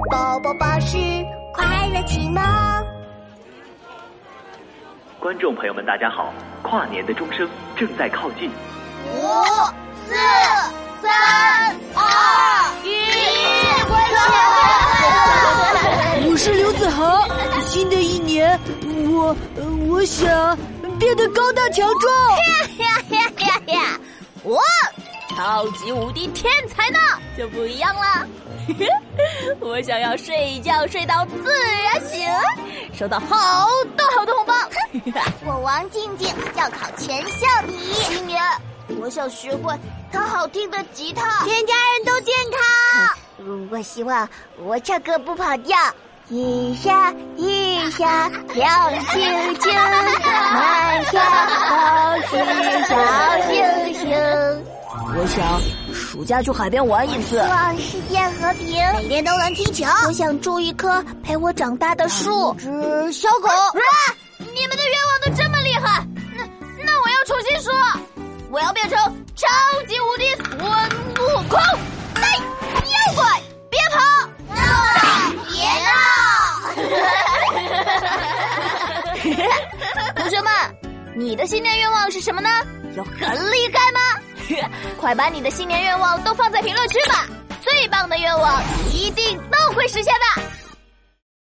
宝宝巴士快乐启蒙。 观众朋友们，大家好！跨年的钟声正在靠近。 5、4、3、2、1， 我是刘子豪。新的一年，我想变得高大强壮。 我超级无敌天才呢，就不一样了。我想要睡觉睡到自然醒，收到好多红包。 我王静静要考全校第一。 今年我想学会弹好听的吉他， 全家人都健康。我希望我唱歌不跑调。一闪一闪亮晶晶，满天都是小星星。 我想暑假去海边玩一次。 希望世界和平，每天都能踢球。我想种一棵陪我长大的树。只小狗。 你们的愿望都这么厉害，那我要重新说，我要变成超级无敌孙悟空。妖怪别跑， 闹了别闹。同学们，你的新年愿望是什么呢？有很厉害吗？快把你的新年愿望都放在评论区吧，最棒的愿望一定都会实现的。